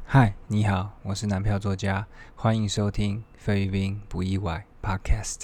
嗨，你好，我是男票作家，欢迎收听菲律宾不意外 Podcast。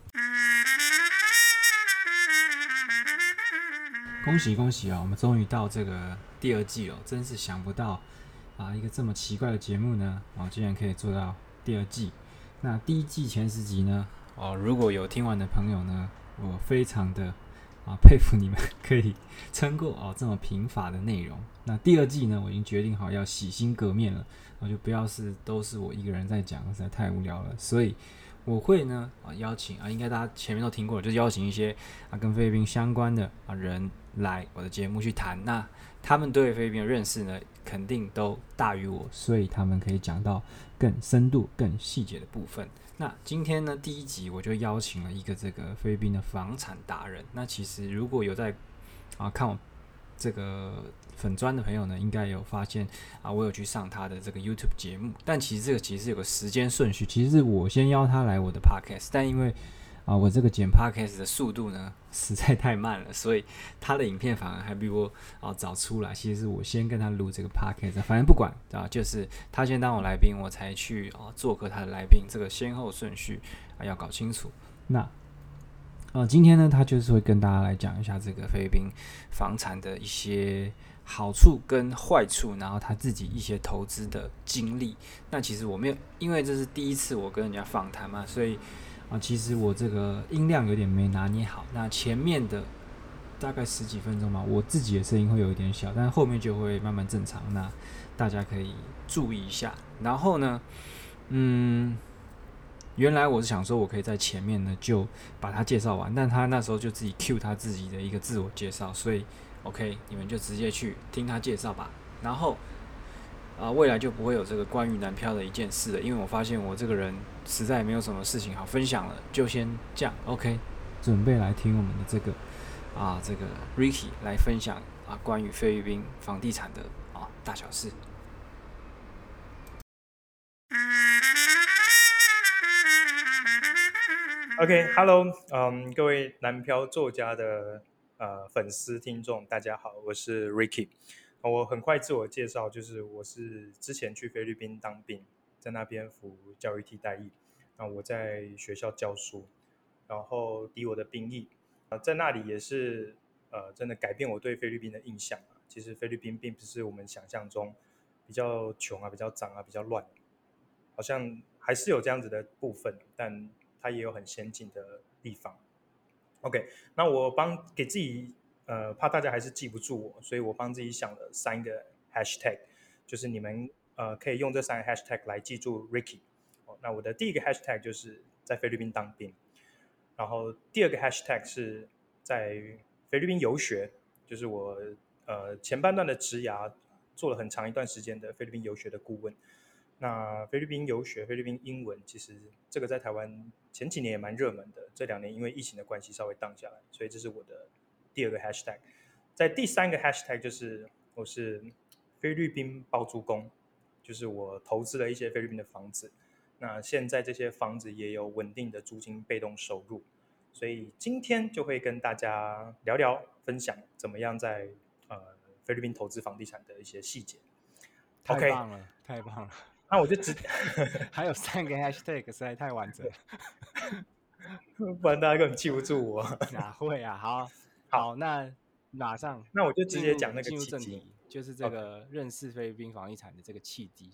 恭喜恭喜我们终于到这个第二季了，真是想不到一个这么奇怪的节目呢，竟然可以做到第二季。那第一季前10集呢，如果有听完的朋友呢，我非常的佩服你们可以撑过这么贫乏的内容。那第二季呢，我已经决定好要洗心革面了，就不要都是我一个人在讲，实在太无聊了。所以我会呢邀请应该大家前面都听过了，就是邀请一些跟菲律宾相关的人来我的节目去谈。那他们对菲律宾的认识呢，肯定都大于我，所以他们可以讲到更深度、更细节的部分。那今天呢，第一集我就邀请了一个这个菲律宾的房产达人。那其实如果有在看我这个粉专的朋友呢，应该有发现我有去上他的这个 YouTube 节目。但其实这个其实有个时间顺序，其实是我先邀他来我的 Podcast， 但因为我这个剪 Podcast 的速度呢实在太慢了，所以他的影片反而还比我早出来。其实是我先跟他录这个 Podcast， 反正不管就是他先当我来宾，我才去做客他的来宾，这个先后顺序要搞清楚。那今天呢，他就是会跟大家来讲一下这个菲律宾房产的一些好处跟坏处，然后他自己一些投资的经历。那其实我没有，因为这是第一次我跟人家访谈嘛，所以其实我这个音量有点没拿捏好。那前面的大概10几分钟吧，我自己的声音会有一点小，但后面就会慢慢正常。那大家可以注意一下。然后呢，原来我是想说，我可以在前面呢就把它介绍完，但他那时候就自己 cue 他自己的一个自我介绍，所以 OK， 你们就直接去听他介绍吧。然后未来就不会有这个关于南漂的一件事了，因为我发现我这个人实在没有什么事情好分享了，就先这样 OK。准备来听我们的这个 Ricky 来分享关于菲律宾房地产的大小事。 OK，Hello，各位南漂作家的粉丝听众，大家好，我是 Ricky。我很快自我介绍，就是我是之前去菲律宾当兵，在那边服教育替代役。那我在学校教书，然后抵我的兵役，在那里也是真的改变我对菲律宾的印象。其实菲律宾并不是我们想象中比较穷比较脏比较乱，好像还是有这样子的部分，但它也有很先进的地方。OK，那我给自己怕大家还是记不住我，所以我帮自己想了3个 hashtag，就是你们可以用这3个 hashtag 来记住 Ricky。那我的第一个 hashtag 就是在菲律宾当兵，然后第二个 hashtag 是在菲律宾游学，就是我前半段的职涯做了很长一段时间的菲律宾游学的顾问。那菲律宾游学、菲律宾英文，其实这个在台湾前几年也蛮热门的，这2年因为疫情的关系稍微荡下来，所以这是我的第二个 hashtag。在第3个 hashtag 就是我是菲律宾包租公，就是我投资了一些菲律宾的房子，那现在这些房子也有稳定的租金被动收入，所以今天就会跟大家聊聊分享怎么样在菲律宾投资房地产的一些细节。 太 OK， 棒了，太棒了！ 那我就直还有3个 hashtag，实在太完整了。 不然大家根本记不住我。 哪会啊？好， 好， 好，那马上那我就直进接讲那个入进入契机。 正题，就是这 OK， 个认识菲律宾房地产的这个契机。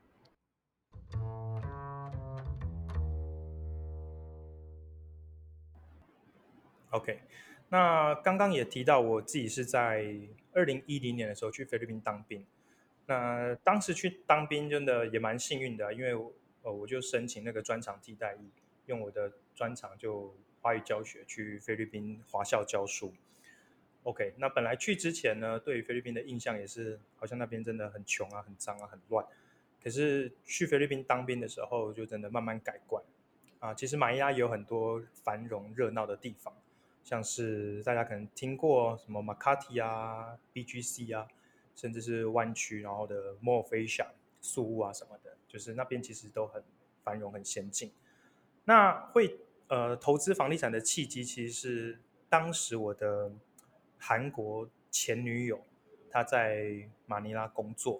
OK，那刚刚也提到我自己是在2010年的时候去菲律宾当兵。那当时去当兵真的也蛮幸运的，因为我就申请那个专长替代役，用我的专长就华语教学去菲律宾华校教书。OK，那本来去之前呢，对于菲律宾的印象也是好像那边真的很穷很脏很乱。可是去菲律宾当兵的时候，就真的慢慢改观其实马尼拉也有很多繁荣热闹的地方，像是大家可能听过什么马卡蒂BGC甚至是湾区，然后的莫尔菲夏、宿务什么的，就是那边其实都很繁荣、很先进。那会投资房地产的契机，其实是当时我的韩国前女友，她在马尼拉工作，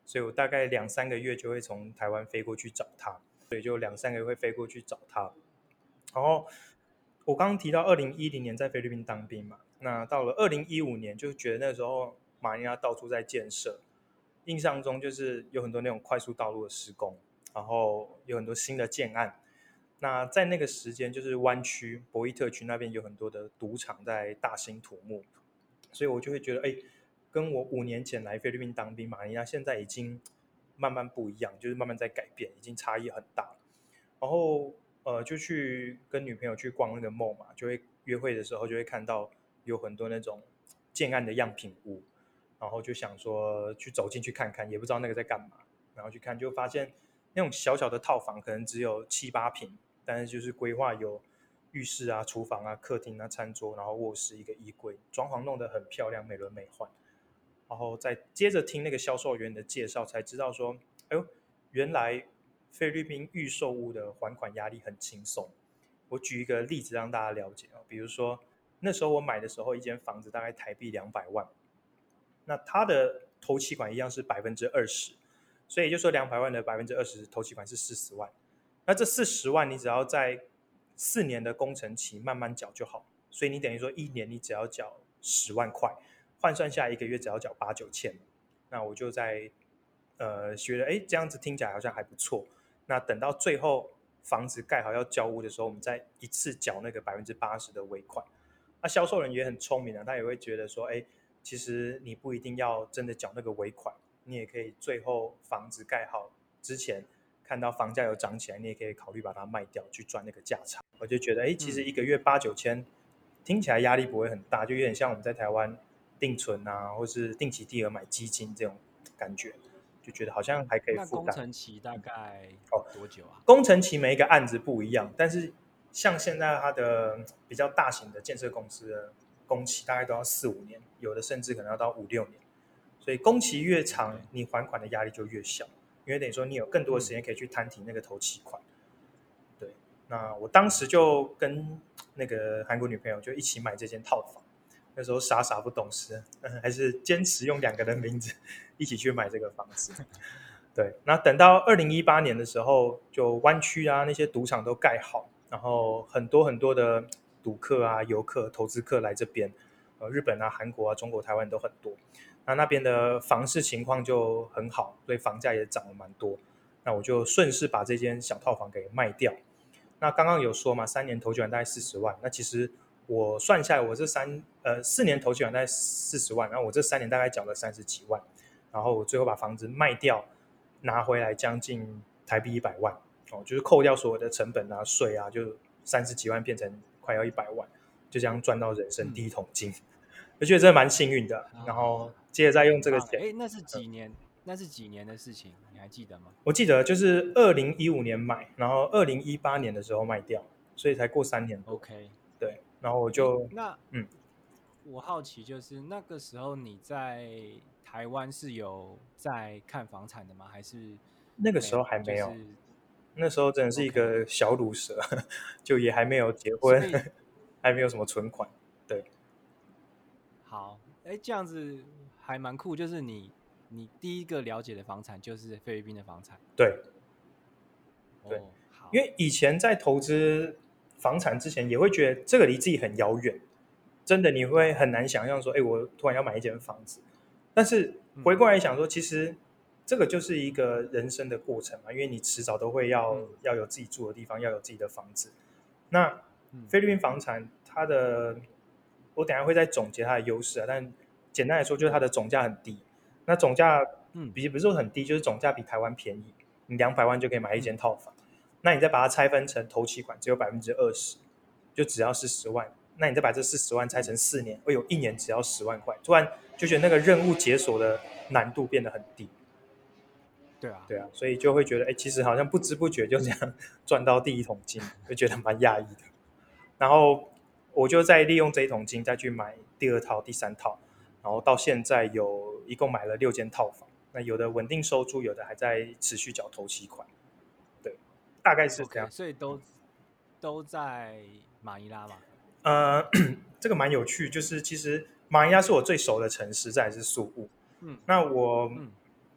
所以我大概2-3个月就会从台湾飞过去找他，所以就2-3个月会飞过去找他。然后我刚刚提到2010年在菲律宾当兵嘛，那到了2015年就觉得那时候马尼拉到处在建设，印象中就是有很多那种快速道路的施工，然后有很多新的建案。那在那个时间，就是湾区博伊特区那边有很多的赌场在大兴土木，所以我就会觉得，哎，跟我5年前来菲律宾当兵，马尼拉现在已经慢慢不一样，就是慢慢在改变，已经差异很大。然后就去跟女朋友去逛那个 mall 嘛，就会约会的时候就会看到有很多那种建案的样品屋，然后就想说去走进去看看，也不知道那个在干嘛，然后去看就发现那种小小的套房可能只有7-8平，但是就是规划有浴室啊、厨房啊、客厅啊、餐桌，然后卧室一个衣柜，装潢弄得很漂亮，美轮美奂。然后再接着听那个销售员的介绍，才知道说，哎呦，原来菲律宾预售屋的还款压力很轻松。我举一个例子让大家了解，比如说那时候我买的时候，一间房子大概台币200万，那它的头期款一样是20%，所以也就是说200万的20%头期款是40万。那这40万你只要在4年的工程期慢慢缴就好，所以你等于说1年你只要缴10万块，换算下来1个月只要缴8-9千。那我就在觉得哎这样子听起来好像还不错。那等到最后房子盖好要交屋的时候，我们再一次缴那个80%的尾款。那销售人也很聪明啊，他也会觉得说，哎，其实你不一定要真的缴那个尾款，你也可以最后房子盖好之前看到房价有涨起来，你也可以考虑把它卖掉去赚那个价差。我就觉得，哎，其实1个月8-9千，听起来压力不会很大，就有点像我们在台湾定存啊，或是定期定额买基金这种感觉，就觉得好像还可以那工负担。 程期大概多久啊？ 工程期每一个案子不一样，但是像现在它的比较大型的建设公司的工期大概都要4-5年，有的甚至可能要到5-6年。所以工期越长，你还款的压力就越小，因为等于说你有更多的时间可以去摊提那个头期款。对，那我当时就跟那个韩国女朋友就一起买这间套房，那时候傻傻不懂事，还是坚持用2个人名字一起去买这个房子。对，那等到2018年的时候，就湾区啊那些赌场都盖好，然后很多很多的赌客啊、游客、投资客来这边，日本啊、韩国啊、中国台湾都很多。那边的房市情况就很好，所以房价也涨了蛮多。那我就顺势把这间小套房给卖掉。那刚刚有说嘛，3年头期款大概40万，那其实我算下来，我这4年头期款大概40万，然后我这3年大概缴了30几万，然后我最后把房子卖掉，拿回来将近台币100万，就是扣掉所有的成本啊、税啊，就30几万变成快要100万，就这样赚到人生第一桶金，我觉得真的蛮幸运的。然后接着再用这个钱， 哎，那是几年？那是几年的事情？你还记得吗我记得就是2015年买，然后2018年的时候卖掉，所以才过3年多。 ？OK， 对，然后我哎， 就那嗯， 我好奇就是那个时候你在台湾是有在看房产的吗？还是那个时候没有？ 还没有， 就是那时候真的是一 OK， 个小乳蛇，就也还没有结婚， 所以还没有什么存款。对好，哎，这样子还蛮酷，就是你第一个了解的房产就是菲律宾的房产对对， 哦，好， 因为以前在投资房产之前，也会觉得这个离自己很遥远，真的你会很难想象说，哎，我突然要买一间房子。但是回过来想说，其实这个就是一个人生的过程嘛，因为你迟早都会要有自己住的地方，要有自己的房子。那菲律宾房产它的，我等一下会再总结它的优势啊，但简单来说就是它的总价很低。那总价不是说很低，就是总价比台湾便宜，你200万就可以买一间套房。那你再把它拆分成头期款只有20%，就只要40万。那你再把这40万拆成4年，会有1年只要10万块，突然就觉得那个任务解锁的难度变得很低。 对啊， 对啊，所以就会觉得，哎，其实好像不知不觉就这样赚到第一桶金，就觉得蛮讶异的。然后我就再利用这一桶金再去买第2套、第3套，然后到现在一共买了6间套房。那有的稳定收租，有的还在持续缴头期款。对，大概是这样。 OK，所以都在马尼拉嘛。 呃，这个蛮有趣，就是其实马尼拉是我最熟的城市，再来是宿务。 嗯那我嗯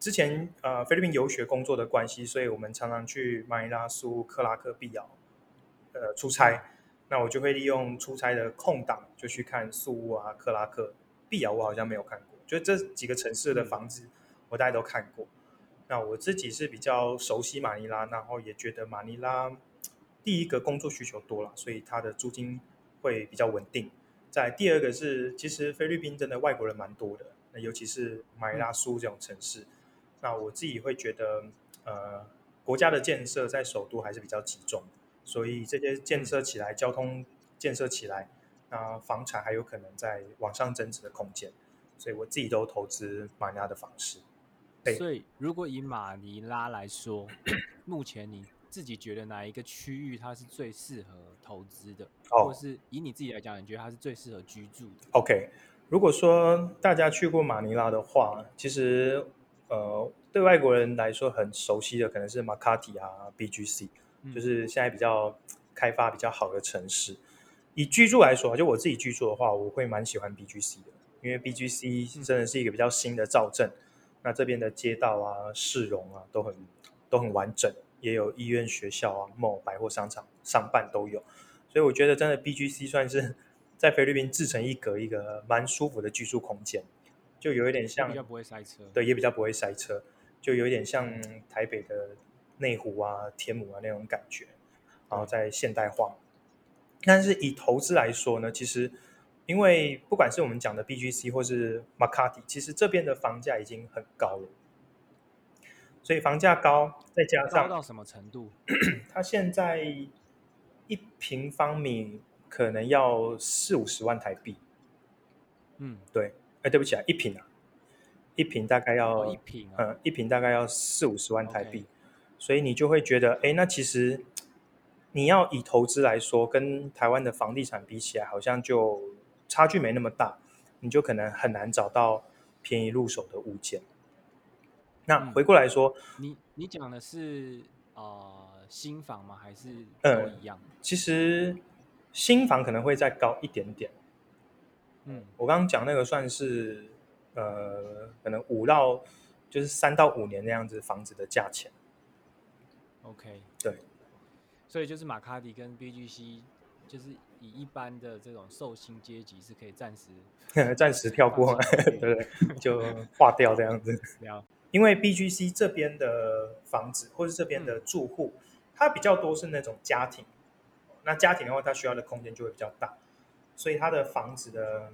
之前菲律宾游学工作的关系，所以我们常常去马尼拉、苏、克拉克、碧瑶出差。那我就会利用出差的空档，就去看宿务啊、克拉克、碧瑶，我好像没有看过，就这几个城市的房子，我大概都看过。那我自己是比较熟悉马尼拉，然后也觉得马尼拉第一个工作需求多了，所以它的租金会比较稳定。再来第二个是，其实菲律宾真的外国人蛮多的，那尤其是马尼拉苏这种城市。那我自己会觉得，国家的建设在首都还是比较集中，所以这些建设起来，交通建设起来，那房产还有可能在往上增值的空间。所以我自己都投资马尼拉的房市。对， 所以如果以马尼拉来说，目前你自己觉得哪一个区域它是最适合投资的，或哦是以你自己来讲，你觉得它是最适合居住的？ ，OK。如果说大家去过马尼拉的话，其实对外国人来说很熟悉的可能是马卡蒂啊、BGC，就是现在比较开发比较好的城市。以居住来说，就我自己居住的话，我会蛮喜欢 BGC 的，因为 BGC 真的是一个比较新的造镇。那这边的街道啊、市容啊都很完整，也有医院、学校啊、mall、百货商场、商办都有。所以我觉得真的 BGC 算是在菲律宾自成一格，一个蛮舒服的居住空间，就有一点像， 也比较不会塞车。 对，也比较不会塞车，就有一点像台北的内湖啊、天母啊那种感觉，然后再现代化。但是以投资来说呢，其实因为不管是我们讲的 BGC 或是 Makati，其实这边的房价已经很高了，所以房价高，再加上高到什么程度？ 它现在1平方米可能要40-50万台币。 嗯， 对，哎，对不起啊，一平啊，一平大概哦，一要， 平哦一平大概要40-50万台币， ，OK， 所以你就会觉得，哎，那其实你要以投资来说，跟台湾的房地产比起来，好像就差距没那么大，你就可能很难找到便宜入手的物件。那回过来说， 你讲的是新房吗？还是都嗯， 一样？ 其实新房可能会再高一点点。我刚刚讲那个算是可能就是3到5年那样子房子的价钱。 OK， 对， 所以就是马卡迪跟 BGC，就是以一般的这种受薪阶级是可以暂时暂时跳放过， 弃考虑的。 对对，就划掉这好， 样子。 了， 因为 BGC 这边的房子或是这边的住户，它比较多是那种家庭，那家庭的话，它需要的空间就会比较大，所以它的房子的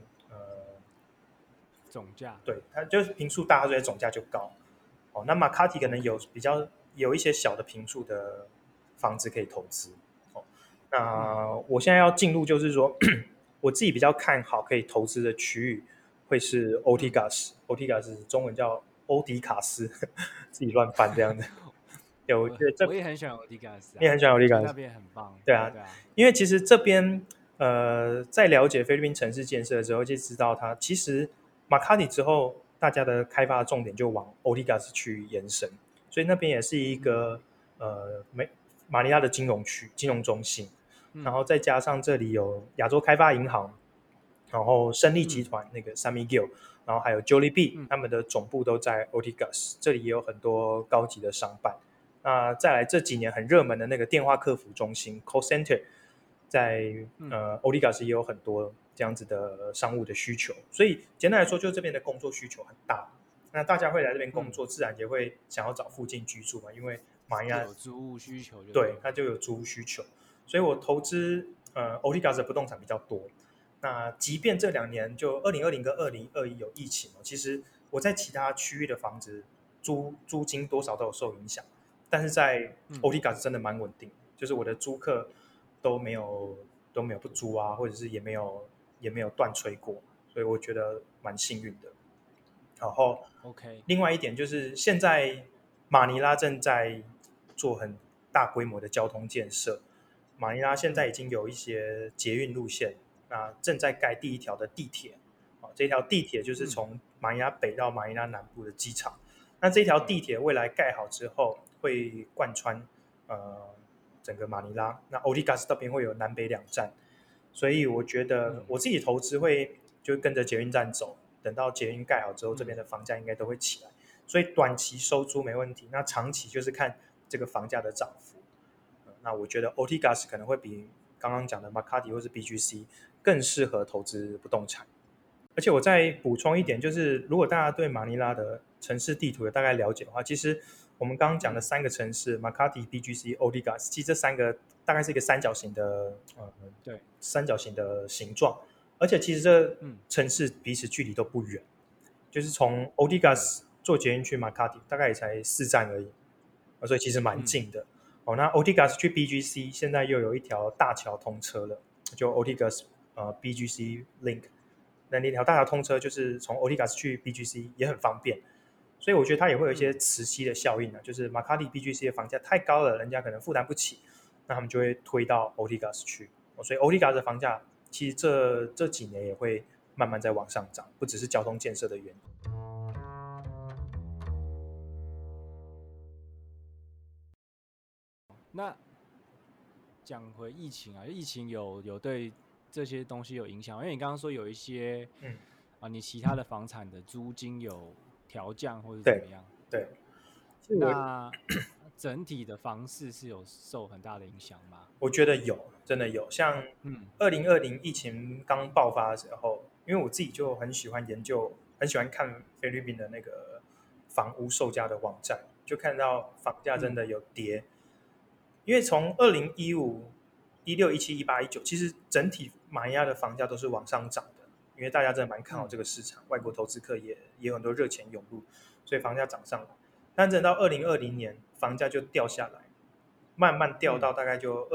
总价， 对，它就是坪数大，所以总价就高。哦，那马卡提可能有一些小的坪数的房子可以投资。哦，那我现在要进入就是说，我自己比较看好可以投资的区域会是欧提卡斯，欧提卡斯中文叫欧迪卡斯，自己乱翻这样子。对，我觉得我也很喜欢欧迪加斯啊， 你也很喜欢欧迪卡斯， 我觉得那边很棒。 对啊， 对啊， 因为其实这边在了解菲律宾城市建设之后，就知道它其实马卡蒂之后，大家的开发重点就往欧提加斯区延伸，所以那边也是一个马尼拉的金融区、金融中心，然后再加上这里有亚洲开发银行，然后胜利集团那个 Sammy Gill，然后还有 Jollibee，他们的总部都在 Ortigas，这里也有很多高级的商办。那再来这几年很热门的那个电话客服中心 call center，在Ortigas 也有很多这样子的商务的需求，所以简单来说，就这边的工作需求很大。那大家会来这边工作，自然也会想要找附近居住嘛，因为马尼拉有租屋需求就对它就有租屋需求，所以我投资Ortigas 的不动产比较多。那即便这2年就2020跟2021有疫情哦，其实我在其他区域的房子租金多少都有受影响，但是在 Ortigas 真的蛮稳定，就是我的租客都没有不租啊，或者是也没有断吹过，所以我觉得蛮幸运的。然后 OK， 另外一点就是现在马尼拉正在做很大规模的交通建设，马尼拉现在已经有一些捷运路线，正在盖第一条的地铁。这条地铁就是从马尼拉北到马尼拉南部的机场。那这条地铁未来盖好之后，会贯穿整个马尼拉。那 Ortigas 那边会有南北2站，所以我觉得我自己投资会就跟着捷运站走，等到捷运盖好之后，这边的房价应该都会起来。 所以短期收租没问题，那长期就是看这个房价的涨幅。那我觉得 OTGAS 可能会比刚刚讲的 Makati 或是 BGC 更适合投资不动产。而且我再补充一点，就是如果大家对马尼拉的城市地图有大概了解的话，其实我们刚刚讲的三个城市Makati、BGC、OTGAS，其实这三个大概是一个三角形的对， 三角形的形状，而且其实这嗯城市彼此距离都不远，就是从对， OTGAS 坐捷运去 Makati 大概也才4站而已，所以其实蛮嗯近的。那 OTGAS 去 BGC 现在又有一条大桥通车了，就 OTGAS BGC Link。那条大桥通车就是从 OTGAS 去 BGC 也很方便，所以我觉得它也会有一些嗯， 磁吸的效应呢，就是马卡蒂 BGC 的房价太高了，人家可能负担不起，那他们就会推到 OTGAS 去，所以 OTGAS 的房价其实这几年也会慢慢在往上涨，不只是交通建设的原因。 那讲回疫情啊，疫情有对这些东西有影响，因为你刚刚说有一些嗯， 你其他的房产的租金有调降或者怎对么样， 对，其实那整体的房市是有受很大的影响吗？ 我觉得有，真的有。像嗯 2020疫情刚爆发的时候，因为我自己就很喜欢研究，很喜欢看菲律宾的那个房屋售价的网站，就看到房价真嗯的有跌。因为从2015、16、17、18、19，其实整体马尼拉的房价都是往上涨的，因为大家真的蛮看好嗯这个市场，外国投资客也有很多热钱涌入，所以房价涨上来。但等到2020年，房价就掉下来，慢慢掉嗯到大概就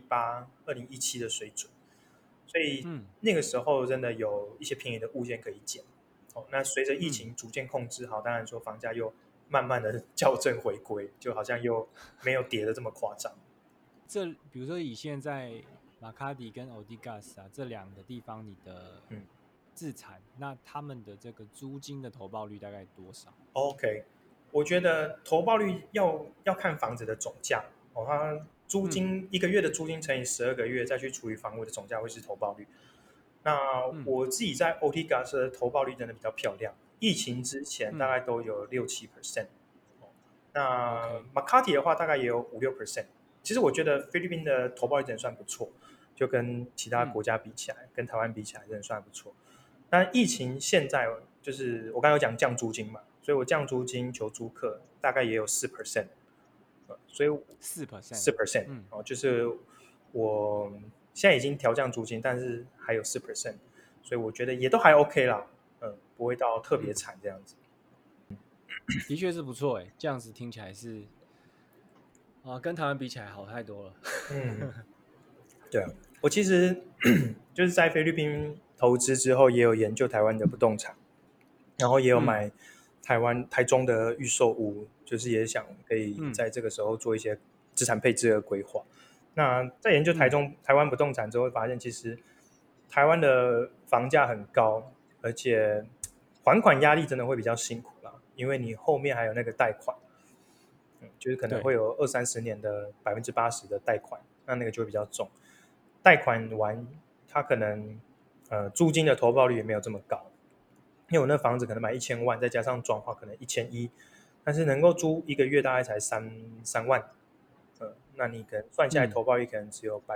2018、2017的水准，所以嗯那个时候真的有一些便宜的物件可以捡。那随着疫嗯， 情逐渐控制好，当然说房价又慢慢的校正回归，就好像又没有跌的这么夸张。 比如说以现在马卡迪跟欧迪 gas 啊这两个地方，你的嗯自产，那他们的这个租金的投报率大概多少？ ，OK，我觉得投报率要看房子的总价它租嗯金一个月的租金乘以12个月，再去除以房屋的总价，会是投报率。那嗯我自己在 OTGAS 的投报率真的比较漂亮，疫情之前大嗯概都有6-7%，那 ，OK， Makati 的话大概也有5-6%。其实我觉得菲律宾的投报率真的算不错，就跟其他嗯国家比起来，跟台湾比起来，真的算不错。但疫情现在就是我刚刚有讲降租金嘛，所以我降租金求租客大概也有4%，所以 4%， 4% 嗯就是我现在已经调降租金，但是还有4%，所以我觉得也都还 OK 啦，不会到特别嗯， 惨这样子。 的确是不错哎，这样子听起来是跟台湾比起来好太多了。 嗯，对啊，我其实就是在菲律宾投资之后，也有研究台湾的不动产，然后也有嗯买台中的预售屋，就是也想可以嗯在这个时候做一些资产配置的规划。那在研究嗯台湾不动产之后，发现其实台湾的房价很高，而且还款压力真的会比较辛苦啦，因为你后面还有那个贷款，就是可能对， 会有20-30年的80%的贷款，那个就会比较重。贷款完，它可能租金的投报率也没有这么高，因为我那房子可能买1000万，再加上装潢可能1100，但是能够租一个月大概才三万，那你可能算下来嗯投报率可能只有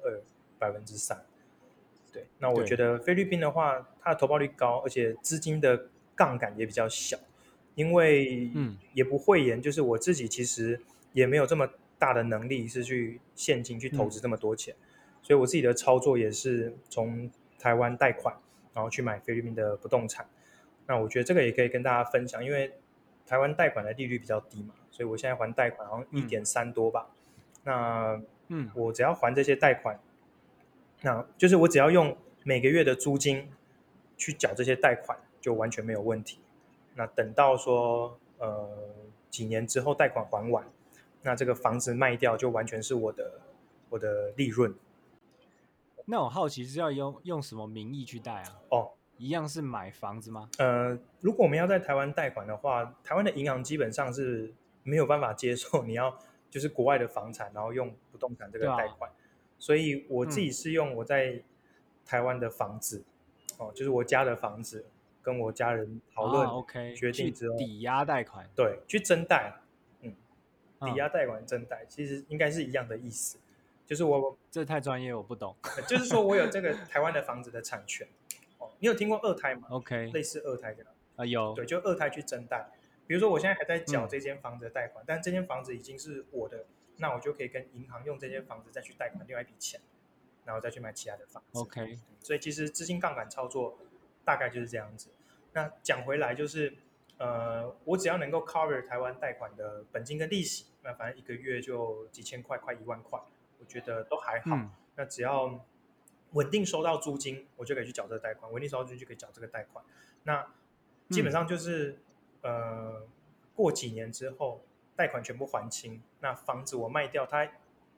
2%、3%。对，那我觉对， 得菲律宾的话，它的投报率高，而且资金的杠杆也比较小，因为嗯也不会演，就是我自己其实也没有这么大的能力是去现金去投嗯资这么多钱，所以我自己的操作也是从台湾贷款，然后去买菲律宾的不动产。那我觉得这个也可以跟大家分享，因为台湾贷款的利率比较低嘛，所以我现在还贷款好像嗯 1.3多吧。那嗯， 我只要还这些贷款，那就是我只要用每个月的租金去缴这些贷款，就完全没有问题。那等到说几年之后贷款还完，那这个房子卖掉就完全是我的利润那我好奇是要用什么名义去贷啊？ 哦。 一样是买房子吗？ 如果我们要在台湾贷款的话，台湾的银行基本上是没有办法接受你要就是国外的房产，然后用不动产这个对啊， 贷款。所以我自己嗯是用我在台湾的房子，就是我家的房子， 跟我家人讨啊论 ，OK，去决定之后， 抵押贷款， 对，去增贷，嗯，抵嗯， 押贷款增贷其实应该是一样的意思，就是我这太专业，我不懂。 就是说我有这个台湾的房子的产权。哦，你有听过二胎吗？ OK， 类似二胎这样。 有， 对，就二胎去增贷。比如说我现在还在缴嗯这间房子的贷款，但这间房子已经是我的，那我就可以跟银行用这间房子再去贷款另外一笔钱，然后再去买其他的房子。 ，OK， 所以其实资金杠杆操作大概就是这样子。那讲回来就是，我只要能够 cover 台湾贷款的本金跟利息，那反正一个月就几千块，快1万块，我觉得都还好。 嗯那只要稳定收到租金，我就可以去缴这个贷款；稳定收到租金就可以缴这个贷款。那基本嗯上就是过几年之后，贷款全部还清，那房子我卖掉，它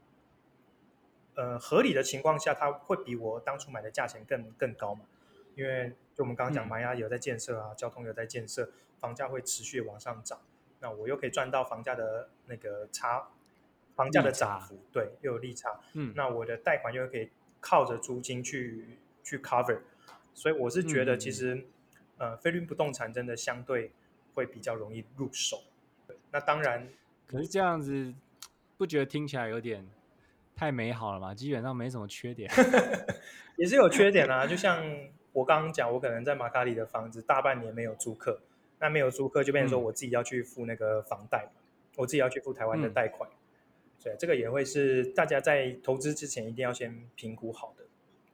合理的情况下，它会比我当初买的价钱更高嘛？因为就我们刚刚讲， 嗯， 玛雅有在建设啊，交通有在建设，房价会持续往上涨，那我又可以赚到房价的那个房价的涨利差， 幅，对，又有利差， 嗯那我的贷款又可以靠着租金去 cover，所以我是觉得其嗯， 实菲律宾不动产真的相对会比较容易入手。那当然， 可是这样子，不觉得听起来有点太美好了吗？基本上没什么缺点。 也是有缺点啊，就像我刚刚讲，我可能在马卡里的房子大半年没有租客，那没有租客就变成说嗯我自己要去付那个房贷嘛，我自己要去付台湾的嗯贷款，所以这个也会是大家在投资之前一定要先评估好的。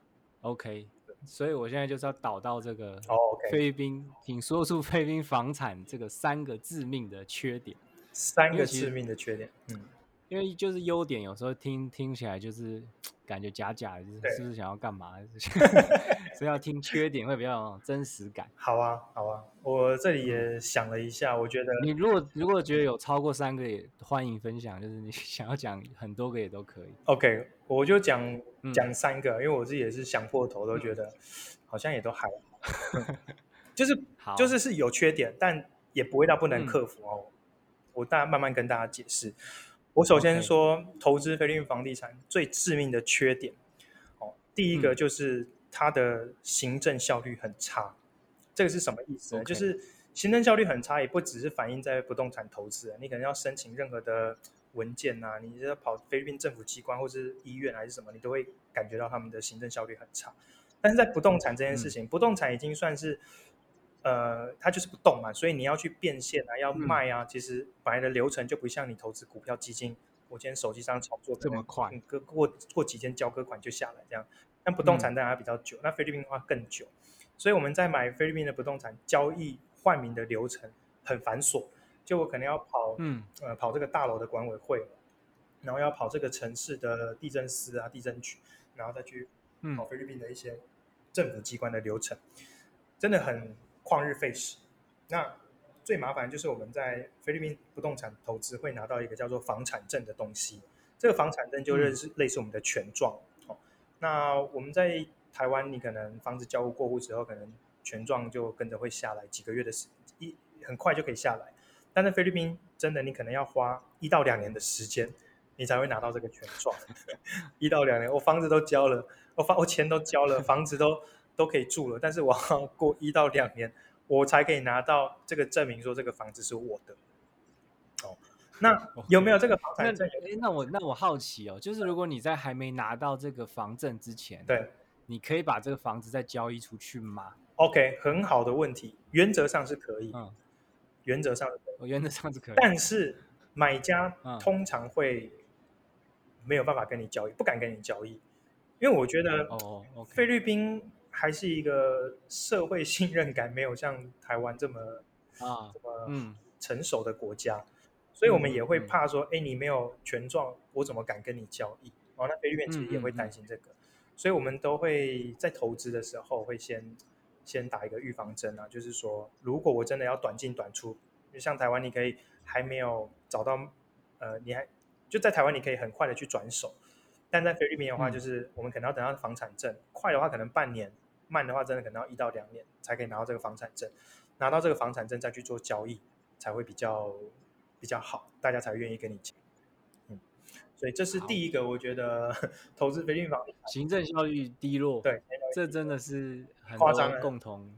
，OK，所以我现在就是要导到这个哦，OK， 菲律宾，请说出菲律宾房产这个3个致命的缺点， 三个致因为其实命的缺点， 因为就是优点，有时候听起来就是感觉假假的，就是是对， 不是想要干嘛？所以要听缺点会比较有真实感。 好啊，好啊，我这里嗯， 也想了一下，我觉得你如果觉得有超过3个，也欢迎分享，就是你想要讲很多个也都可以。 OK，我就讲嗯讲3个，因为我自己也是想破头，都觉嗯， 得好像也都还好，就是就好， 是是有缺点，但也不会到不能嗯克服哦。我大家慢慢跟大家解释。我首先 ，OK， 说，投资菲律宾房地产最致命的缺点，哦，第一个嗯就是它的行政效率很差。这个是什么意思呢？就 ，OK， 是行政效率很差，也不只是反映在不动产投资，你可能要申请任何的文件啊，你要跑菲律宾政府机关或是医院还是什么，你都会感觉到他们的行政效率很差。但是在不动产这件事嗯情，不动产已经算是它就是不动嘛，所以你要去变现啊，要嗯， 卖啊，其实本来的流程就不像你投资股票基金，我今天手机上操作，可能这么快， 过几天交割款就下来这样。但不动产嗯当然比较久，那菲律宾的话更久，所以我们在买菲律宾的不动产交易换名的流程很繁琐，就我可能要嗯跑这个大楼的管委会，然后要跑这个城市的地震司啊、地震局，然后再去跑嗯菲律宾的一些政府机关的流程，真的很旷日费时。那最麻烦就是我们在菲律宾不动产投资会拿到一个叫做房产证的东西，这个房产证就嗯类似我们的权状。哦，那我们在台湾，你可能房子交屋过户之后，可能权状就跟着会下来，几个月的很快就可以下来。但在菲律宾，真的你可能要花1到2年的时间，你才会拿到这个权状。1到2年，我房子都交了，我钱都交了，房子都可以住了，但是我要过1到2年，我才可以拿到这个证明，说这个房子是我的。哦，那有没 ，OK。 有这个房那产证？ 那我好奇哦，就是如果你在还没拿到这个房证之前， 对你可以把这个房子再交易出去吗？ ，OK，很好的问题，原则上是可以， 嗯， 原则上是可以， 我原则上是可以。 但是买家嗯， 通常会没有办法跟你交易，不敢跟你交易，因为我觉得哦，OK， 菲律宾还是一个社会信任感没有像台湾啊， 这么嗯成熟的国家，所以我们也嗯嗯嗯会怕说，哎，你没有权状，我怎么敢跟你交易？哦，那菲律宾其实也会担嗯嗯嗯心这个，所以我们都会在投资的时候会先打一个预防针啊，就是说，如果我真的要短进短出，就像台湾，你可以还没有找到，你还就在台湾你可以很快的去转手，但在菲律宾的话，就嗯， 是我们可能要等到房产证，快的话可能半年，慢的话真的可能要1到2年才可以拿到这个房产证，拿到这个房产证再去做交易，才会比较好，大家才愿意跟你讲。嗯，所以这是好， 第一个，我觉得投资菲律宾房地产， 行政效率低落， 对， 这真的是很多夸张了， 共同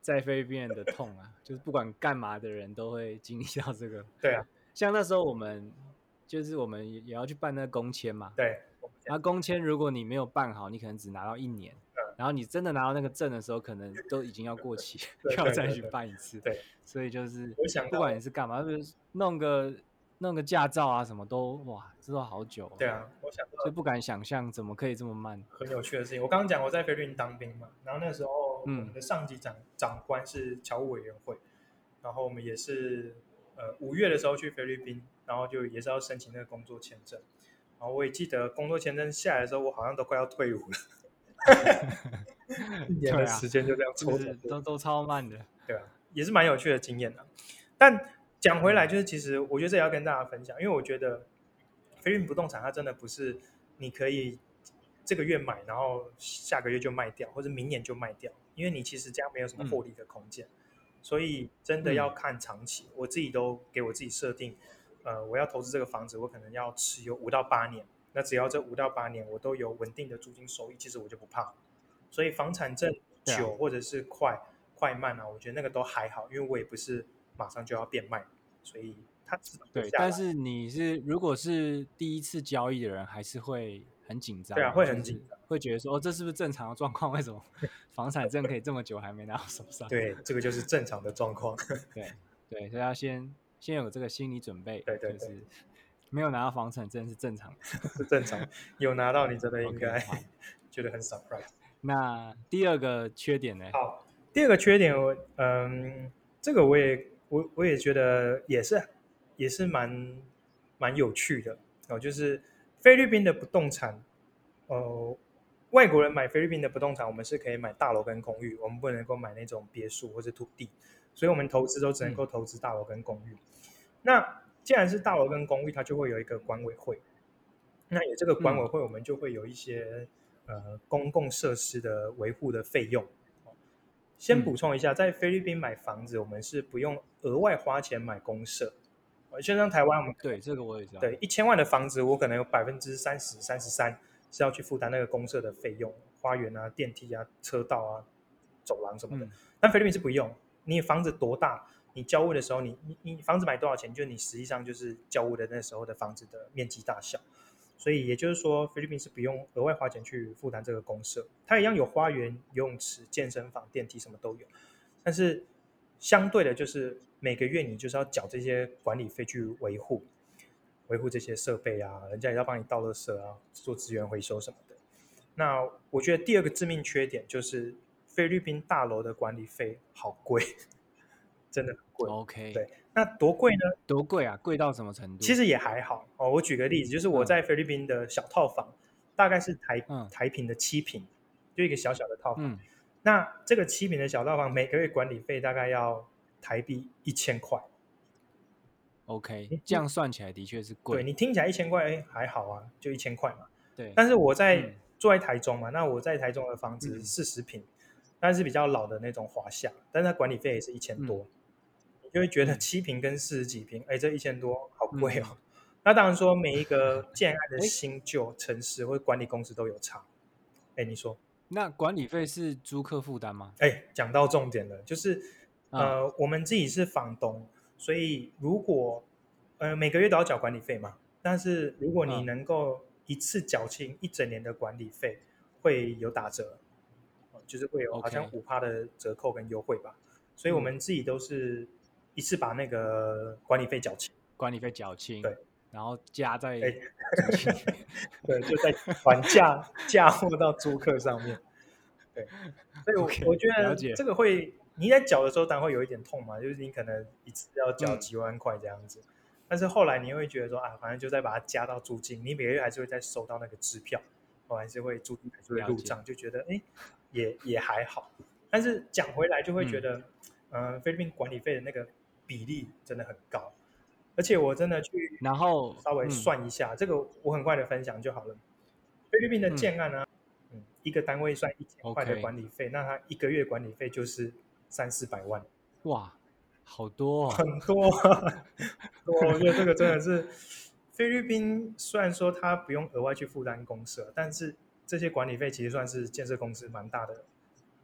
在菲律宾人的痛啊，就是不管干嘛的人都会经历到这个。 对啊， 像那时候我们也要去办那个工签嘛， 对， 然后工签如果你没有办好，你可能只拿到1年，然后你真的拿到那个证的时候，可能都已经要过期， 对要再去办一次。 对， 所以就是我想到不管你是干嘛，就是弄个驾照啊什么都哇，这都好久、 对啊，我想到就不敢想象怎么可以这么慢。 很有趣的事情。我刚刚讲我在菲律宾当兵嘛，然后那时候我们的上级长官是侨务委员会，然后我们也是5月的时候去菲律宾，然后就也是要申请那个工作签证。然后我也记得工作签证下来的时候，我好像都快要退伍了，1年的时间就这样抽走， 都超慢的。 对啊，也是蛮有趣的经验的。但讲回来，就是其实我觉得这也要跟大家分享，因为我觉得菲律宾不动产它真的不是你可以这个月买，然后下个月就卖掉，或者明年就卖掉，因为你其实这样没有什么获利的空间，所以真的要看长期。我自己都给我自己设定，我要投资这个房子，我可能要持有5到8年，那只要这5到8年我都有稳定的租金收益，其实我就不怕。所以房产证久或者是快慢啊，我觉得那个都还好，因为我也不是马上就要变卖，所以它对。但是如果是第一次交易的人，还是会很紧张。 对啊，会很紧张， 会觉得说这是不是正常的状况？为什么房产证可以这么久还没拿到手上？ 对，这个就是正常的状况。 对，所以要先有这个心理准备。 对， 就是没有拿到房产证是正常的， 是正常。有拿到，你真的应该觉得很 surprise。 那第二个缺点呢？ 好，第二个缺点，这个我也觉得也是蛮有趣的哦，就是菲律宾的不动产，外国人买菲律宾的不动产，我们是可以买大楼跟公寓，我们不能够买那种别墅或是土地，所以我们投资都只能够投资大楼跟公寓。那既然是大楼跟公寓，它就会有一个管委会，那有这个管委会，我们就会有一些公共设施的维护的费用。先补充一下，在菲律宾买房子，我们是不用额外花钱买公设。就像台湾，我们对这个我也知道， 对1000万的房子，我可能有30%、33%是要去负担那个公设的费用，花园啊、电梯啊、车道啊、走廊什么的。但菲律宾是不用，你房子多大，你交屋的时候，你房子买多少钱，就你实际上就是交屋的那时候的房子的面积大小。所以也就是说，菲律宾是不用额外花钱去负担这个公设，它一样有花园、游泳池、健身房、电梯什么都有，但是相对的，就是每个月你就是要缴这些管理费去维护这些设备啊，人家也要帮你倒垃圾啊，做资源回收什么的。那我觉得第二个致命缺点就是菲律宾大楼的管理费好贵，真的很贵。 OK， 对，那多贵呢？ 多贵啊？贵到什么程度？ 其实也还好哦。我举个例子，就是我在菲律宾的小套房，大概是台平的7平，就一个小小的套房。那这个7平的小套房，每个月管理费大概要台币1000块。 OK， 这样算起来的确是贵。 对，你听起来1000块，还好啊，就1000块嘛。 对。 但是我住在台中嘛，那我在台中的房子40平，但是比较老的那种华夏，但是它管理费也是1000多。你就会觉得7平跟40几平，这1000多好贵哦。那当然说每一个建案的新旧城市或者管理公司都有差。你说， 那管理费是租客负担吗？ 讲到重点了，就是我们自己是房东，所以如果每个月都要缴管理费嘛，但是如果你能够一次缴清1整年的管理费，会有打折，就是会有好像5%的折扣跟优惠吧。所以我们自己都是一次把那个管理费缴清， 对，然后加在租金对，就在还嫁祸到租客上面。对，所以我觉得这个你在缴的时候当然会有一点痛嘛，就是你可能一次要缴几万块这样子，但是后来你会觉得说反正就再把它加到租金，你每个月还是会再收到那个支票，还是会租金还是会入账，就觉得也还好。但是讲回来就会觉得菲律宾管理费的那个比例真的很高，而且我真的去稍微算一下，这个我很快的分享就好了。菲律宾的建案呢，一个单位算1000块的管理费，那他一个月管理费就是300-400万。 哇，好多很多我觉得这个真的是菲律宾，虽然说他不用额外去负担公设，但是这些管理费其实算是建设公司蛮大的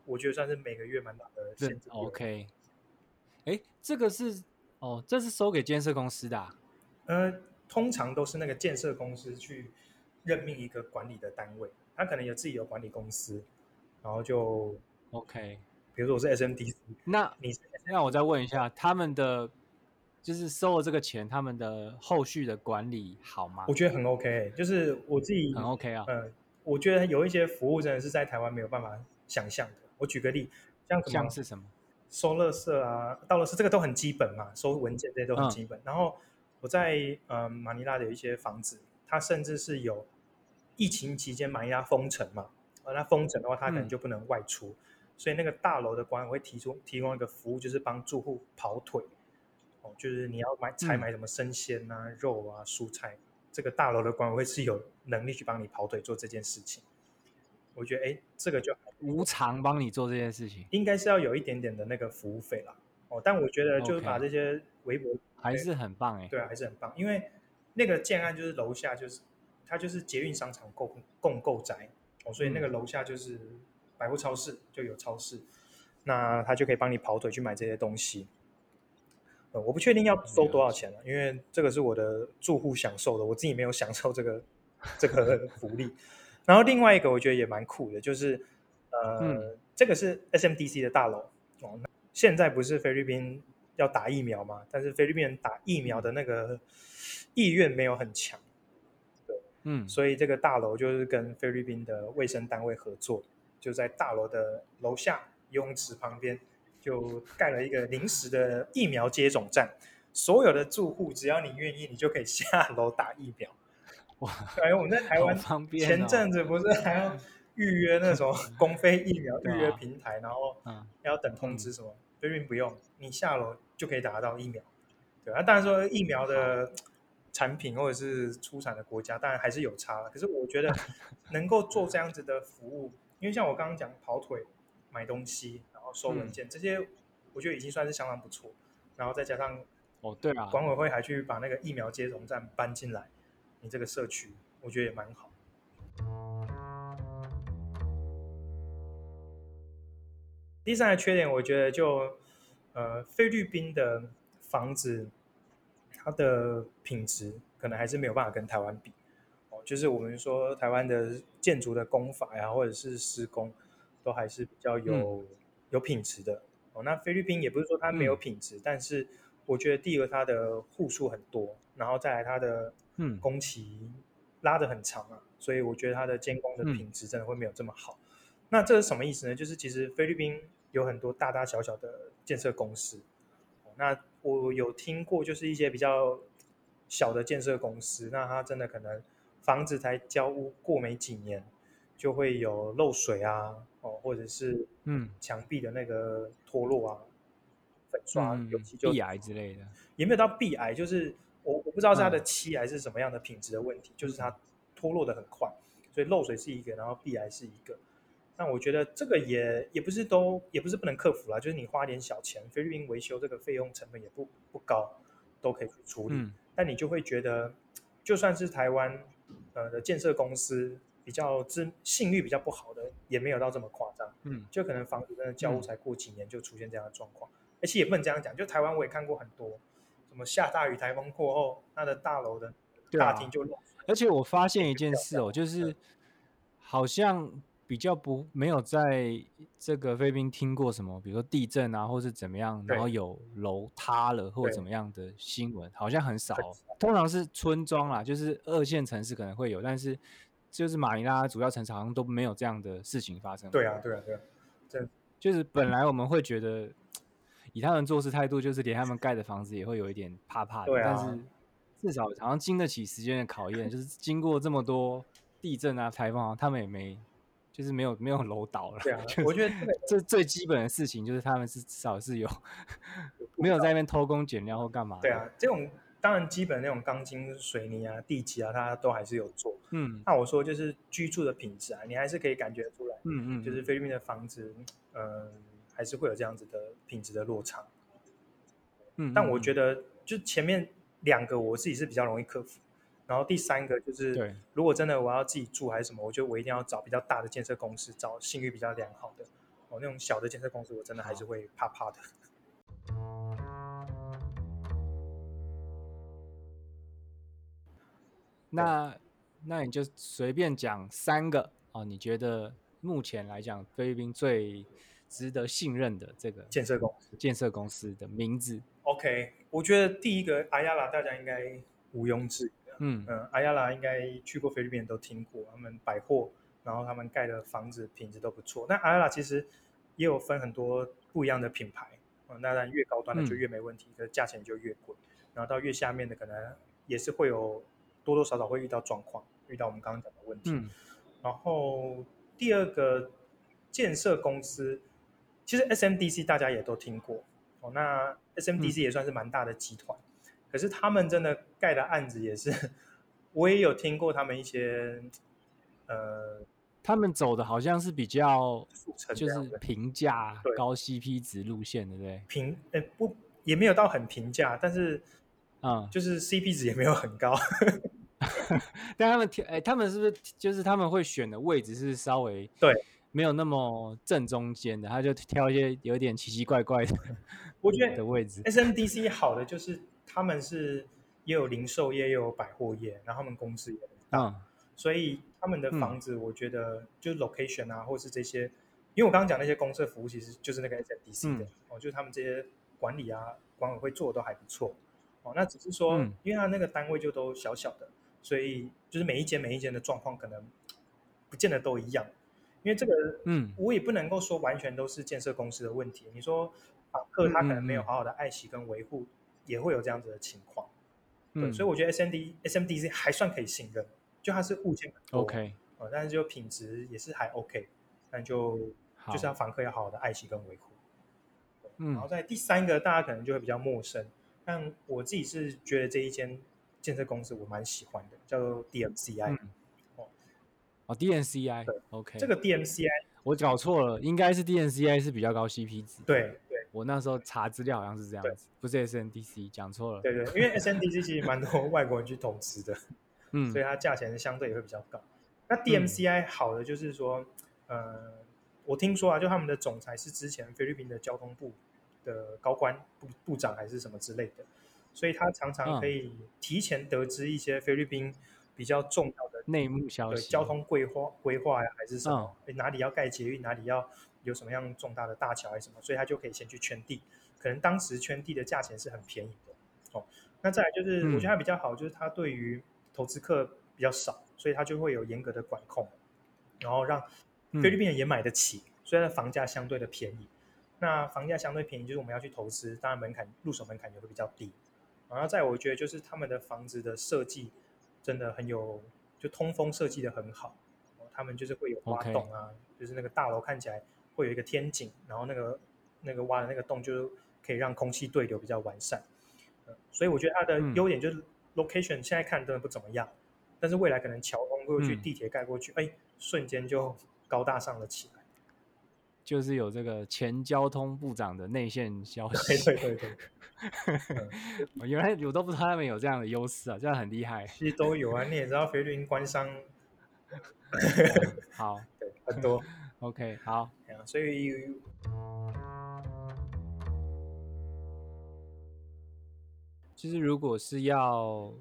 我觉得算是每个月蛮大的这现金流。 OK。哎，这个是这是收给建设公司的啊。 通常都是那个建设公司去任命一个管理的单位，他可能有自己有管理公司，然后就 OK。 比如说我是 SMDC， 那你是那我 SMDC， 再问一下，他们的就是收了这个钱，他们的后续的管理好吗？ 我觉得很 OK，就是我自很己， OK 啊。 我觉得有一些服务真的是在台湾没有办法想象的。我举个例，像什么像是什么？ 收垃圾啊、倒垃圾，这个都很基本嘛，收文件这些都很嗯基本。然后我在马尼拉的有一些房子，它甚至是有疫情期间马尼拉封城嘛，那封城的话，它可能嗯就不能外出，所以那个大楼的管委会提供一个服务，就是帮住户跑腿。就是你要采嗯。 买什么生鲜啊、肉啊、蔬菜，这个大楼的管委会是有能力去帮你跑腿做这件事情。我觉得，哎，这个就还不错， 无偿帮你做这件事情。 应该是要有一点点的那个服务费啦。但我觉得就是把 OK。 这些微博， 还是很棒哎。 对啊，还是很棒，因为那个建案就是楼下就是它就是捷运商场共构宅，所以那个楼下就是百货超市，就有超市，那他就可以帮你跑腿去买这些东西。我不确定要收多了解。 少钱了，因为这个是我的住户享受的，我自己没有享受这个福利。然后另外一个我觉得也蛮酷的，就是嗯这个是 SMDC 的大楼现在不是菲律宾要打疫苗嘛，但是菲律宾人打疫苗的那个意愿没有很强，对， 嗯。 所以这个大楼就是跟菲律宾的卫生单位合作，就在大楼的楼下游泳池旁边就盖了一个临时的疫苗接种站，所有的住户只要你愿意，你就可以下楼打疫苗。 哇， 对，我们在台湾好方便前哦。 阵子不是还要预约那种公费疫苗预约对啊。 平台，然后嗯要等通嗯。 知什么？菲律宾不用，你下楼就可以打得到疫苗。对啊，当然说疫苗好。 的产品或者是出产的国家，当然还是有差。可是我觉得能够做这样子的服务，因为像我刚刚讲跑腿、买东西，然后收文嗯。 件这些，我觉得已经算是相当不错。然后再加上对啊。 管委会还去把那个疫苗接种站搬进来，你这个社区，我觉得也蛮好。第三个缺点，我觉得就菲律宾的房子，它的品质可能还是没有办法跟台湾比。就是我们说台湾的建筑的工法呀，或者是施工，都还是比较嗯有品质的。那菲律宾也不是说它没有嗯品质，但是我觉得第一个它的户数很多，然后再来它的嗯工期拉得很长啊，所以我觉得它的监工的嗯。 品质真的会没有这么好。那这是什么意思呢？就是其实菲律宾有很多大大小小的建设公司，那我有听过，就是一些比较小的建设公司，那它真的可能房子才交屋过没几年，就会有漏水啊，或者是嗯墙壁的那个脱落啊，粉刷油漆就壁癌之类的。 也没有到壁癌，就是我不知道是它的嗯漆还是什么样的品质的问题，就是嗯它脱落的很快，所以漏水是一个，然后壁癌是一个。那我觉得这个也不是不能克服啦，就是你花点小钱，菲律宾维修这个费用成本也不高，都可以去处理。 嗯但你就会觉得，就算是台湾的建设公司比较信誉比较不好的，也没有到这么夸张。 嗯就可能房子真的交屋嗯。 才过几年就出现这样的状况，而且也不能这样讲，就台湾我也看过很多，什么下大雨台风过后，那的大楼的大厅对啊。 就漏水， 而且我发现一电就件事哦， 掉下来。 就是好像比较没有在这个菲律宾听过什么，比如说地震啊，或是怎么样，然后对有楼塌了或怎对， 么样的新闻，好像很少哦。 很少。 通常是村庄啦，就是2线城市可能会有，但是就是马尼拉主要城市好像都没有这样的事情发生过。 对啊对啊对啊，这就是本来我们会觉得，以他们做事态度，就是连他们盖的房子也会有一点怕怕的， 对啊但是至少好像经得起时间的考验，就是经过这么多地震啊、台风啊，他们也就是没有楼倒了， 对啊， 就是我觉得这个这最基本的事情，就是他们是至少是有没有在那边偷工减料或干嘛的。 对啊，这种当然基本那种钢筋、水泥啊、地基啊，它都还是有做。 嗯那我说就是居住的品质啊，你还是可以感觉出来，就是嗯嗯嗯菲律宾的房子，嗯，还是会有这样子的品质的落差。但我觉嗯嗯嗯。 得就前面两个我自己是比较容易克服，然后第三个就是对。 如果真的我要自己住还是什么，我觉得我一定要找比较大的建设公司，找信誉比较良好的。 那种小的建设公司我真的还是会怕怕的。 那你就随便讲3个哦，你觉得目前来讲菲律宾最值得信任的这个建设公司的名字。 OK， 我觉得第一个阿亚拉大家应该毋庸置疑的。阿亚拉应该去过菲律宾都听过，他们百货，然后他们盖的房子品质都不错。那阿亚拉其实也有分很多不一样的品牌，那当然越高端的就越没问题，可是价钱就越贵。然后到越下面的可能也是会有多多少少会遇到状况，遇到我们刚刚讲的问题。然后第二个建设公司，其实 SMDC 大家也都听过。那 SMDC 也算是蛮大的集团，可是他们真的盖的案子也是，我也有听过他们一些， 他们走的好像是比较就是平价高 CP 值路线，对不对？不，也没有到很平价，但是就是 CP 值也没有很高。 但他们是不是就是他们会选的位置是稍微对没有那么正中间的，他就挑一些有点奇奇怪怪的我觉得的位置。 SMDC 好的就是他们是也有零售业，也有百货业，然后他们公司也很大，所以他们的房子我觉得就是 location 啊，或是这些，因为我刚刚讲那些公社服务其实就是那个 SMDC 的，就是他们这些管理啊管委会做的都还不错。那只是说，因为他那个单位就都小小的，所以就是每一间的状况可能不见得都一样。因为这个，我也不能够说完全都是建设公司的问题。你说访客他可能没有好好的爱惜跟维护，也会有这样子的情况。对，所以我觉得 SMDC 还算可以信任，就它是物件很多 ，OK， 但是就品质也是还 OK， 但就是要访客要好好的爱惜跟维护。然后在第三个，大家可能就会比较陌生，但我自己是觉得这一间建设公司我蛮喜欢的，叫做 DMCI。 DMCI， 对 OK， 这个 DMCI 我搞错了，应该是 DMCI 是比较高 CP 值。 对， 我那时候查资料好像是这样子，不是 SNDC， 讲错了。 对，因为 SNDC 其实蛮多外国人去投资的，所以它价钱相对也会比较高。那 DMCI 好的就是说，我听说啊，就他们的总裁是之前菲律宾的交通部的高官部长还是什么之类的，所以他常常可以提前得知一些菲律宾比较重要的内幕消息， 交通规划呀，还是什么，哪里要盖捷运，哪里要有什么样重大的大桥还是什么，所以他就可以先去圈地。可能当时圈地的价钱是很便宜的。那再来就是，我觉得他比较好，就是他对于投资客比较少，所以他就会有严格的管控，然后让菲律宾人也买得起，所以它的房价相对的便宜。那房价相对便宜，就是我们要去投资，当然入手门槛也会比较低。然后再我觉得就是他们的房子的设计真的很有，就通风设计的很好。他们就是会有挖洞啊，就是那个大楼看起来会有一个天井，然后那个挖的那个洞就可以让空气对流比较完善。所以我觉得它的优点就是 location 现在看真的不怎么样，但是未来可能桥通过去，地铁盖过去，瞬间就高大上了起来。 就是有这个前交通部长的内线消息。 对。 原来我都不知道他们有这样的优势啊，这样很厉害。 其实都有啊，你也知道菲律宾官商好， 对，很多。 OK， 好。 所以就是如果是要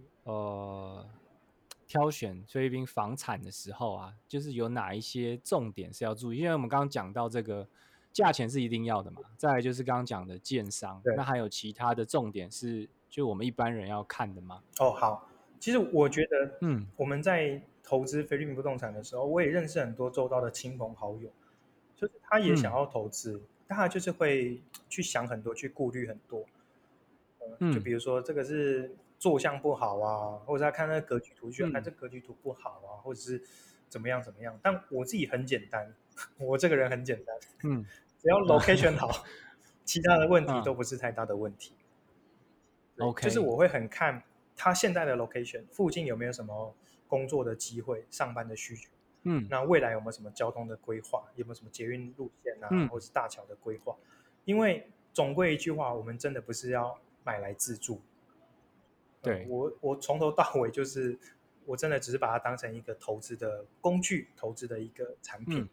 挑选菲律宾房产的时候啊，就是有哪一些重点是要注意？因为我们刚刚讲到这个价钱是一定要的嘛，再来就是刚刚讲的建商，那还有其他的重点是就我们一般人要看的吗？ 好，其实我觉得，我们在投资菲律宾不动产的时候，我也认识很多周遭的亲朋好友，就是他也想要投资，但他就是会去想很多，去顾虑很多。就比如说这个是坐向不好啊，或者他看那个格局图，就看这格局图不好啊，或者是怎么样。但我自己很简单，我这个人很简单，只要 location 好，其他的问题都不是太大的问题。 OK， 就是我会很看他现在的 location 附近有没有什么工作的机会、上班的需求。那未来有没有什么交通的规划？有没有什么捷运路线啊，或者是大桥的规划？因为总归一句话，我们真的不是要买来自住。 对， 我从头到尾就是我真的只是把它当成一个投资的工具，投资的一个产品。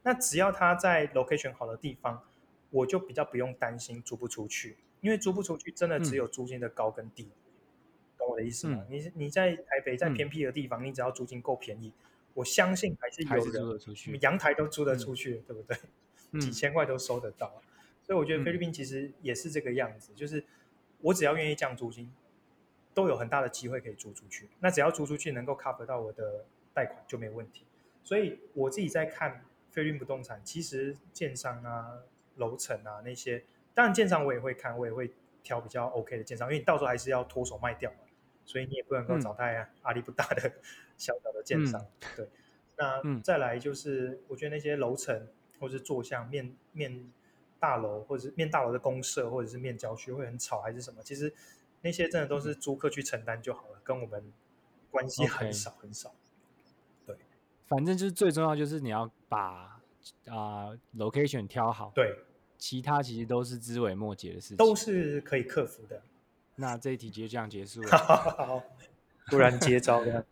那只要他在 location 好的地方，我就比较不用担心租不出去，因为租不出去真的只有租金的高跟低，懂我的意思吗？你在台北在偏僻的地方，你只要租金够便宜，我相信还是还是有人租得出去。 阳台都租得出去，对不对？几千块都收得到。所以我觉得菲律宾其实也是这个样子，就是我只要愿意降租金，都有很大的机会可以租出去。那只要租出去能够 cover 到我的贷款就没问题。所以我自己在看菲律宾不动产，其实建商啊、楼层啊那些，当然建商我也会看，我也会挑比较 OK 的建商，因为你到时候还是要脱手卖掉嘛，所以你也不能够找太阿力不大的小小的建商。对，那再来就是我觉得那些楼层或是坐向面大楼，或者是面大楼的公社，或者是面郊区会很吵还是什么，其实那些真的都是租客去承担就好了，跟我们关系很少很少。对， 反正就是最重要就是你要把location 挑好， 对， 其他其实都是枝微末节的事情， 都是可以克服的。 那这一题就这样结束了。 好，突然接招的。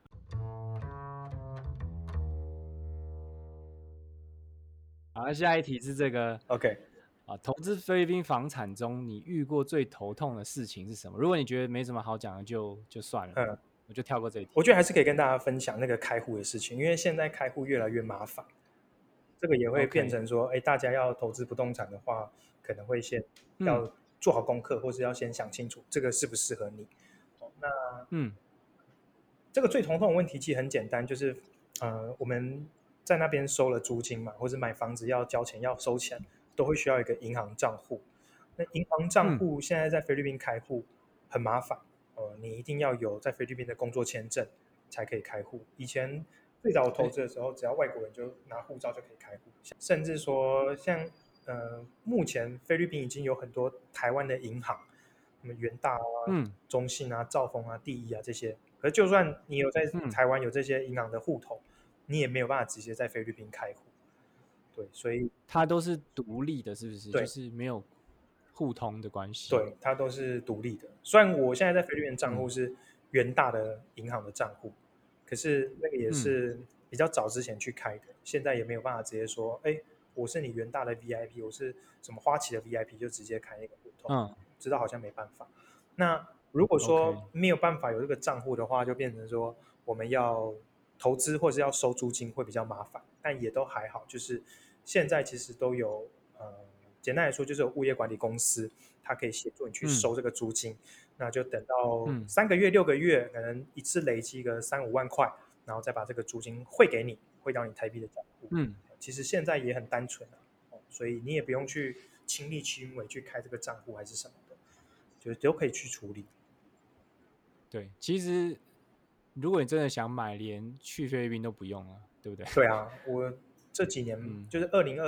好，下一题是这个 OK 投资菲律宾房产中，你遇过最头痛的事情是什么？如果你觉得没什么好讲的，就算了，我就跳过这一题。 我觉得还是可以跟大家分享那个开户的事情，因为现在开户越来越麻烦，这个也会变成说，大家要投资不动产的话，可能会先要做好功课，或是要先想清楚这个适不适合你。那这个最头痛的问题其实很简单，就是我们在那边收了租金嘛，或者买房子要交钱要收钱，都会需要一个银行账户。那银行账户现在在菲律宾开户很麻烦，你一定要有在菲律宾的工作签证才可以开户。以前最早投资的时候，只要外国人就拿护照就可以开户，甚至说像目前菲律宾已经有很多台湾的银行，什么元大啊、中信啊、兆丰啊、第一啊这些。可是就算你有在台湾有这些银行的户头，你也没有办法直接在菲律宾开户。对，所以它都是独立的，是不是？ 对， 就是没有互通的关系。 对，它都是独立的。虽然我现在在菲律宾账户是元大的银行的账户，可是那个也是比较早之前去开的，现在也没有办法直接说，我是你元大的 VIP， 我是什么花旗的 VIP， 就直接开一个户头。知道好像没办法。那如果说没有办法有这个账户的话，就变成说我们要投资或者要收租金会比较麻烦，但也都还好。就是现在其实都有简单来说就是有物业管理公司，它可以协助你去收这个租金。那就等到3个月、6个月，可能一次累积个3-5万块，然后再把这个租金汇给你，汇到你台币的账户。其实现在也很单纯所以你也不用去亲力亲为去开这个账户还是什么的，就都可以去处理。 对，其实如果你真的想买，连去菲律宾都不用了，对不对？ 对啊，我这几年就是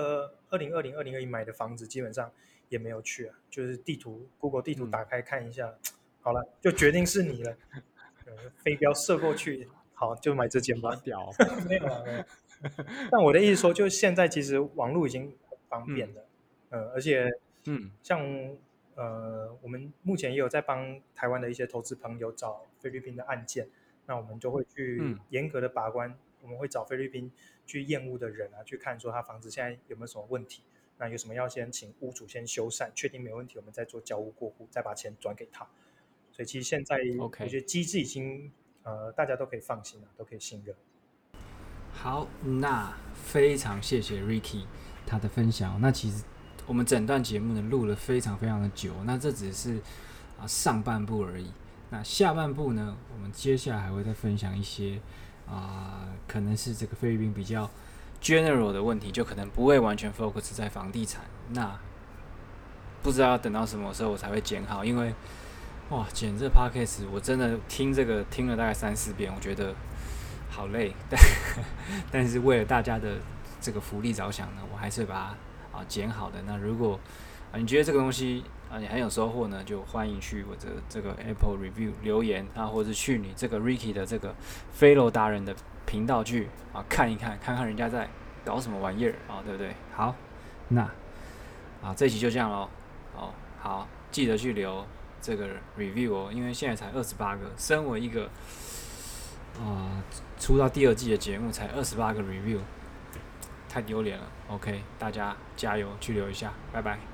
2020、2021买的房子，基本上也没有去啊，就是Google 地图打开看一下，好了，就决定是你了，飞镖射过去，好，就买这间吧。 好屌没有没有。但我的意思说，就是现在其实网络已经很方便了，而且像我们目前也有在帮台湾的一些投资朋友找菲律宾的案件，那我们就会去严格的把关，我们会找菲律宾去验屋的人啊，去看说他房子现在有没有什么问题，那有什么要先请屋主先修缮，确定没问题，我们再做交屋过户，再把钱转给他。所以其实现在我觉得机制已经大家都可以放心了，都可以信任。 好，那非常谢谢 Ricky 他的分享。那其实我们整段节目呢录了非常非常的久，那这只是上半部而已。那下半部呢，我们接下来还会再分享一些可能是这个菲律宾比较 general 的问题，就可能不会完全 focus 在房地产。那不知道要等到什么时候我才会剪好，因为剪这 podcast 我真的听了大概3-4遍，我觉得好累，但是为了大家的这个福利着想呢，我还是把它剪好的。那如果你觉得这个东西你很有收获呢，就欢迎去我的这个 Apple Review 留言或者去你这个 Ricky 的这个飞楼达人的频道去看一看，看看人家在搞什么玩意儿对不对？好，那这期就这样咯。好，记得去留这个 review因为现在才28个，身为一个出到第2季的节目才28个 review， 太丢脸了。OK，大家加油去留一下，拜拜。